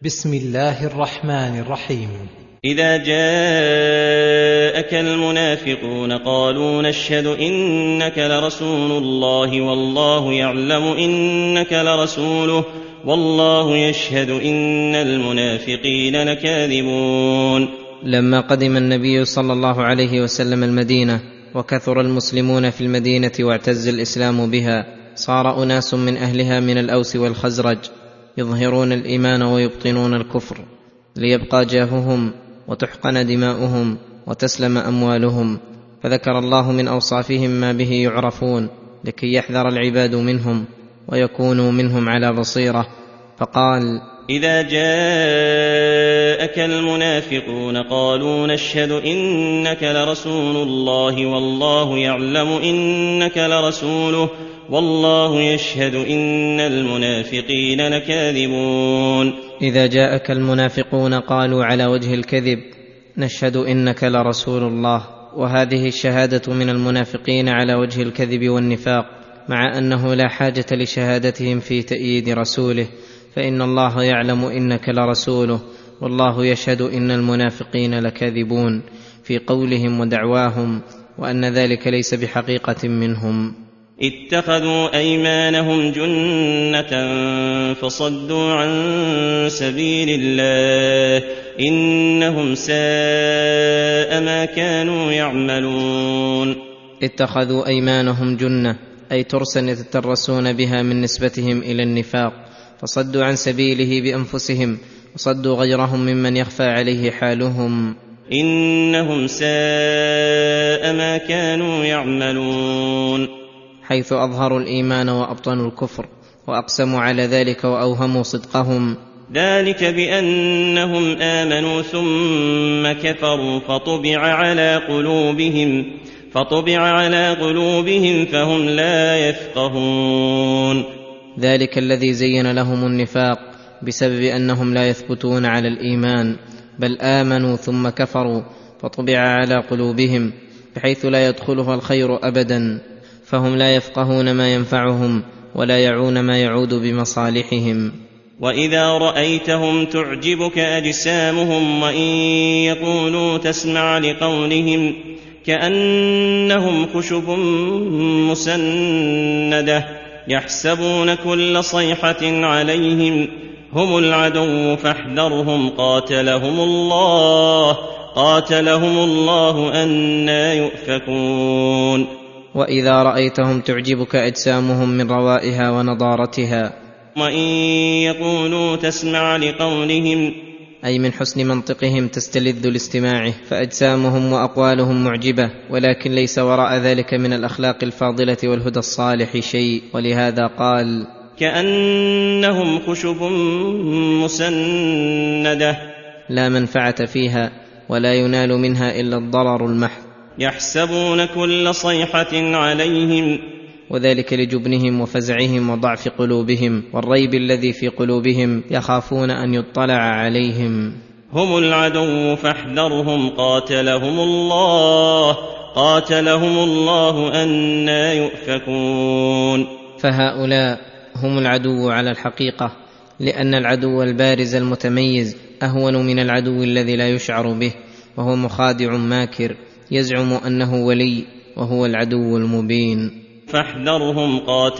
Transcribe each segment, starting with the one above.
بسم الله الرحمن الرحيم. إذا جاءك المنافقون قالوا نشهد إنك لرسول الله والله يعلم إنك لرسوله والله يشهد إن المنافقين لكاذبون. لما قدم النبي صلى الله عليه وسلم المدينة وكثر المسلمون في المدينة واعتز الإسلام بها، صار أناس من أهلها من الأوس والخزرج يظهرون الإيمان ويبطنون الكفر ليبقى جاههم وتحقن دماؤهم وتسلم أموالهم، فذكر الله من أوصافهم ما به يعرفون لكي يحذر العباد منهم ويكونوا منهم على بصيرة، فقال: إذا جاءك المنافقون قالوا نشهد إنك لرسول الله والله يعلم إنك لرسوله والله يشهد إن المنافقين لكاذبون. إذا جاءك المنافقون قالوا على وجه الكذب نشهد إنك لرسول الله، وهذه الشهادة من المنافقين على وجه الكذب والنفاق، مع أنه لا حاجة لشهادتهم في تأييد رسوله، فإن الله يعلم إنك لرسوله والله يشهد إن المنافقين لكاذبون في قولهم ودعواهم، وأن ذلك ليس بحقيقة منهم. اتخذوا أيمانهم جنة فصدوا عن سبيل الله إنهم ساء ما كانوا يعملون. اتخذوا أيمانهم جنة أي ترسا يتترسون بها من نسبتهم إلى النفاق، فصدوا عن سبيله بأنفسهم وصدوا غيرهم ممن يخفى عليه حالهم. إنهم ساء ما كانوا يعملون، حيث أظهروا الإيمان وأبطنوا الكفر وأقسموا على ذلك وأوهموا صدقهم. ذلك بأنهم آمنوا ثم كفروا فطبع على قلوبهم فهم لا يفقهون. ذلك الذي زين لهم النفاق بسبب أنهم لا يثبتون على الإيمان، بل آمنوا ثم كفروا فطبع على قلوبهم بحيث لا يدخلها الخير أبدا، فهم لا يفقهون ما ينفعهم ولا يعون ما يعود بمصالحهم. وإذا رأيتهم تعجبك أجسامهم وإن يقولوا تسمع لقولهم كأنهم خشب مسندة يحسبون كل صيحة عليهم هم العدو فاحذرهم قاتلهم الله أنى يؤفكون. وإذا رأيتهم تعجبك أجسامهم من روائها ونضارتها، وإن يقولوا تسمع لقولهم أي من حسن منطقهم تستلذ لاستماعه، فأجسامهم وأقوالهم معجبة، ولكن ليس وراء ذلك من الأخلاق الفاضلة والهدى الصالح شيء، ولهذا قال: كأنهم خشب مسندة لا منفعة فيها ولا ينال منها إلا الضرر المحض. يحسبون كل صيحة عليهم، وذلك لجبنهم وفزعهم وضعف قلوبهم والريب الذي في قلوبهم، يخافون أن يطلع عليهم. هم العدو فاحذرهم قاتلهم الله أنى يؤفكون. فهؤلاء هم العدو على الحقيقة، لأن العدو البارز المتميز أهون من العدو الذي لا يشعر به، وهو مخادع ماكر يزعم أنه ولي وهو العدو المبين. فاحذرهم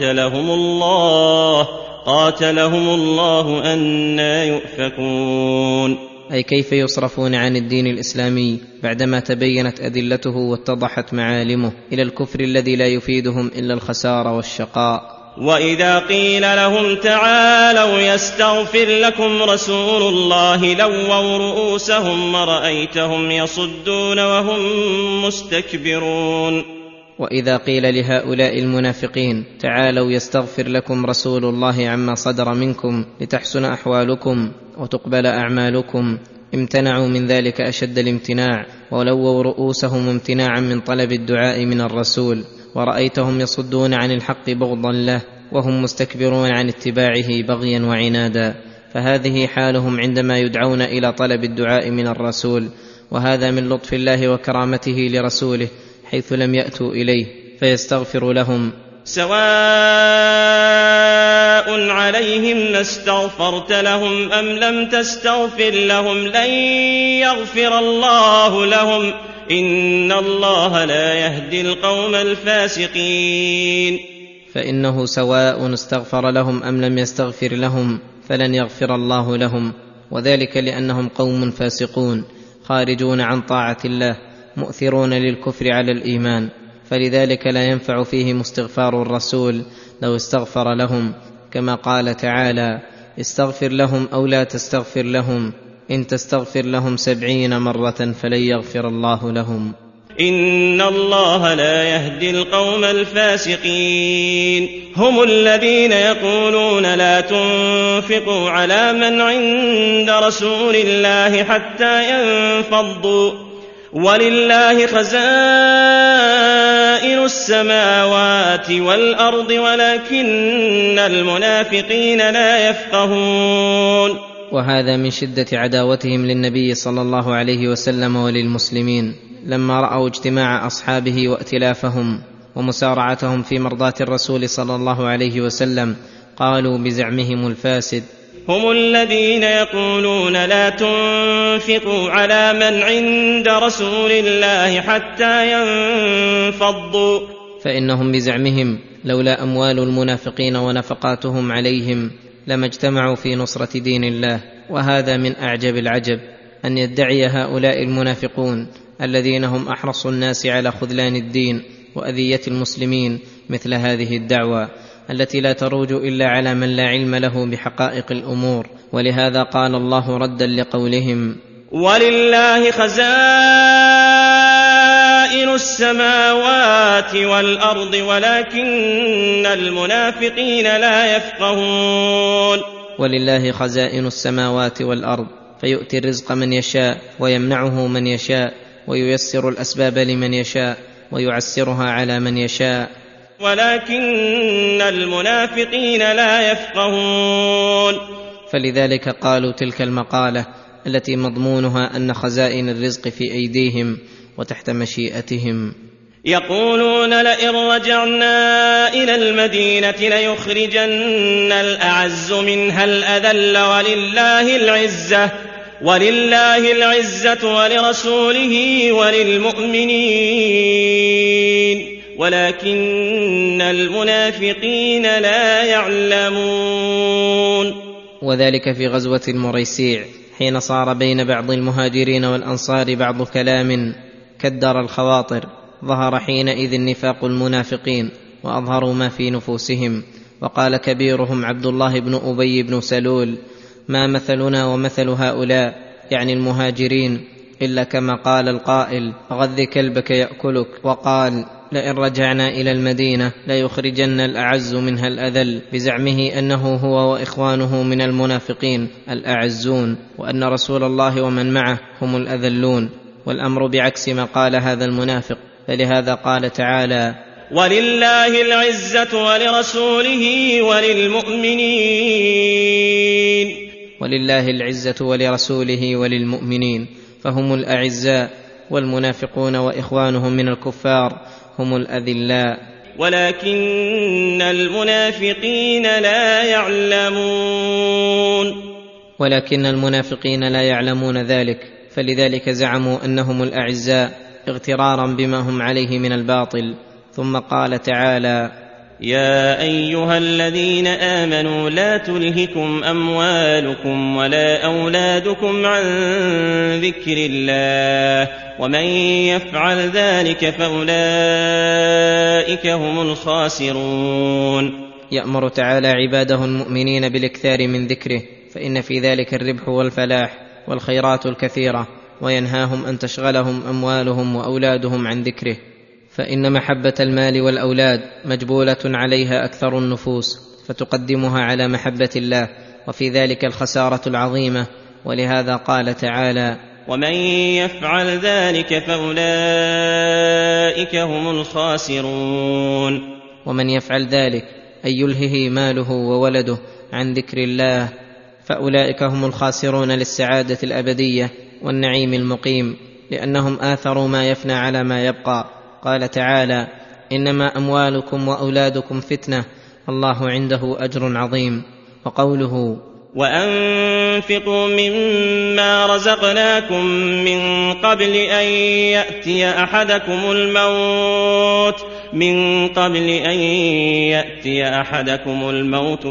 قاتلهم الله أنى يؤفكون. أي كيف يصرفون عن الدين الإسلامي بعدما تبينت أدلته واتضحت معالمه إلى الكفر الذي لا يفيدهم إلا الخسار والشقاء. وإذا قيل لهم تعالوا يستغفر لكم رسول الله لووا رؤوسهم ورأيتهم يصدون وهم مستكبرون. وإذا قيل لهؤلاء المنافقين تعالوا يستغفر لكم رسول الله عما صدر منكم لتحسن أحوالكم وتقبل أعمالكم، امتنعوا من ذلك أشد الامتناع، ولووا رؤوسهم امتناعا من طلب الدعاء من الرسول، ورأيتهم يصدون عن الحق بغضا له وهم مستكبرون عن اتباعه بغيا وعنادا. فهذه حالهم عندما يدعون إلى طلب الدعاء من الرسول، وهذا من لطف الله وكرامته لرسوله حيث لم يأتوا إليه فيستغفر لهم، سواء عليهم استغفرت لهم أم لم تستغفر لهم لن يغفر الله لهم إن الله لا يهدي القوم الفاسقين. فإنه سواء استغفر لهم أم لم يستغفر لهم فلن يغفر الله لهم، وذلك لأنهم قوم فاسقون خارجون عن طاعة الله مؤثرون للكفر على الإيمان، فلذلك لا ينفع فيهم استغفار الرسول لو استغفر لهم، كما قال تعالى: استغفر لهم أو لا تستغفر لهم إن تستغفر لهم 70 مرة فلن يغفر الله لهم. إن الله لا يهدي القوم الفاسقين. هم الذين يقولون لا تنفقوا على من عند رسول الله حتى ينفضوا ولله خزائن السماوات والأرض ولكن المنافقين لا يفقهون. وهذا من شدة عداوتهم للنبي صلى الله عليه وسلم وللمسلمين، لما رأوا اجتماع أصحابه وائتلافهم ومسارعتهم في مرضاة الرسول صلى الله عليه وسلم قالوا بزعمهم الفاسد: هم الذين يقولون لا تنفقوا على من عند رسول الله حتى ينفضوا. فإنهم بزعمهم لولا أموال المنافقين ونفقاتهم عليهم لما اجتمعوا في نصرة دين الله. وهذا من أعجب العجب أن يدعي هؤلاء المنافقون الذين هم أحرص الناس على خذلان الدين وأذية المسلمين مثل هذه الدعوة التي لا تروج إلا على من لا علم له بحقائق الأمور. ولهذا قال الله ردا لقولهم: ولله خزائن السماوات والأرض ولكن المنافقين لا يفقهون. ولله خزائن السماوات والأرض، فيؤتي الرزق من يشاء ويمنعه من يشاء وييسر الأسباب لمن يشاء ويعسرها على من يشاء، ولكن المنافقين لا يفقهون. فلذلك قالوا تلك المقالة التي مضمونها أن خزائن الرزق في أيديهم وتحت مشيئتهم. يقولون لئن رجعنا إلى المدينة ليخرجن الأعز منها الأذل ولله العزة ولرسوله وللمؤمنين ولكن المنافقين لا يعلمون. وذلك في غزوة المريسيع حين صار بين بعض المهاجرين والأنصار بعض كلام كدر الخواطر، ظهر حينئذ نفاق المنافقين وأظهروا ما في نفوسهم. وقال كبيرهم عبد الله بن أبي بن سلول: ما مثلنا ومثل هؤلاء، يعني المهاجرين، إلا كما قال القائل: غذ كلبك يأكلك. وقال: لئن رجعنا إلى المدينة ليخرجن الأعز منها الأذل، بزعمه أنه هو وإخوانه من المنافقين الأعزون، وأن رسول الله ومن معه هم الأذلون، والأمر بعكس ما قال هذا المنافق. فلهذا قال تعالى: ولله العزة ولرسوله وللمؤمنين. ولله العزة ولرسوله وللمؤمنين، فهم الأعزاء، والمنافقون وإخوانهم من الكفار هم الأذلاء. ولكن المنافقين لا يعلمون. ولكن المنافقين لا يعلمون ذلك، فلذلك زعموا أنهم الأعزاء اغترارا بما هم عليه من الباطل. ثم قال تعالى: يا أيها الذين آمنوا لا تلهكم أموالكم ولا أولادكم عن ذكر الله ومن يفعل ذلك فأولئك هم الخاسرون. يأمر تعالى عباده المؤمنين بالاكثار من ذكره، فإن في ذلك الربح والفلاح والخيرات الكثيرة، وينهاهم أن تشغلهم أموالهم وأولادهم عن ذكره، فإن محبة المال والأولاد مجبولة عليها أكثر النفوس، فتقدمها على محبة الله، وفي ذلك الخسارة العظيمة. ولهذا قال تعالى: ومن يفعل ذلك فأولئك هم الخاسرون. ومن يفعل ذلك أي يلهه ماله وولده عن ذكر الله فأولئك هم الخاسرون للسعادة الأبدية والنعيم المقيم، لأنهم آثروا ما يفنى على ما يبقى. قال تعالى: انما اموالكم واولادكم فتنه الله عنده اجر عظيم. وقوله وأنفقوا مما رزقناكم من قبل أن يأتي أحدكم الموت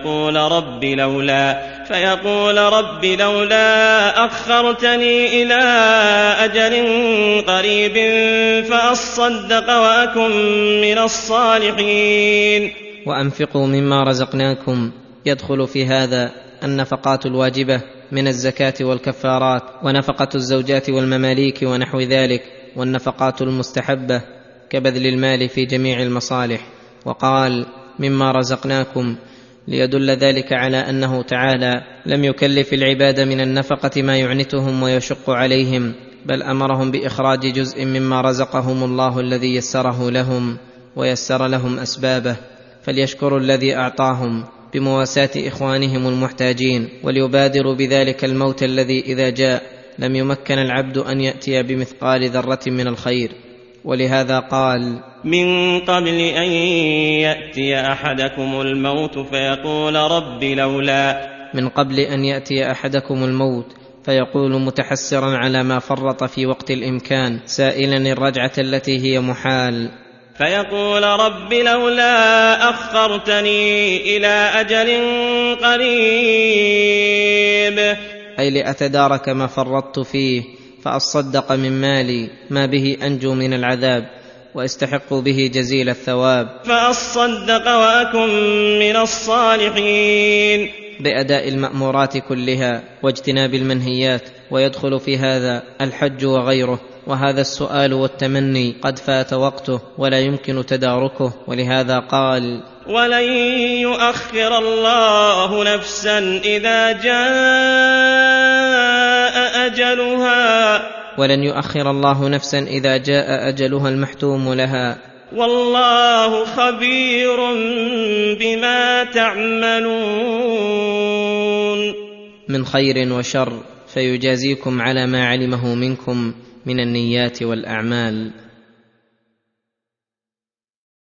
فيقول رب لولا أخرتني إلى أجل قريب فأصدق وأكن من الصالحين. وأنفقوا مما رزقناكم يدخل في هذا النفقات الواجبة من الزكاة والكفارات، ونفقة الزوجات والمماليك ونحو ذلك، والنفقات المستحبة كبذل المال في جميع المصالح. وقال مما رزقناكم ليدل ذلك على أنه تعالى لم يكلف العباد من النفقة ما يعنتهم ويشق عليهم، بل أمرهم بإخراج جزء مما رزقهم الله الذي يسره لهم ويسر لهم أسبابه، فليشكروا الذي أعطاهم بمواساة إخوانهم المحتاجين، وليبادروا بذلك الموت الذي إذا جاء لم يمكن العبد أن يأتي بمثقال ذرة من الخير. ولهذا قال من قبل أن يأتي أحدكم الموت فيقول رب لولا، من قبل أن يأتي أحدكم الموت فيقول متحسرا على ما فرط في وقت الإمكان، سائلا الرجعة التي هي محال، فيقول رب لولا أخرتني إلى أجل قريب، أي لأتدارك ما فرطت فيه فأصدق من مالي ما به أنجو من العذاب وأستحق به جزيل الثواب، فأصدق وأكن من الصالحين، بأداء المأمورات كلها واجتناب المنهيات. ويدخل في هذا الحج وغيره، وهذا السؤال والتمني قد فات وقته ولا يمكن تداركه، ولهذا قال ولن يؤخر الله نفسا إذا جاء أجلها، ولن يؤخر الله نفسا إذا جاء أجلها المحتوم لها، والله خبير بما تعملون من خير وشر، فيجازيكم على ما علمه منكم من النيات والأعمال.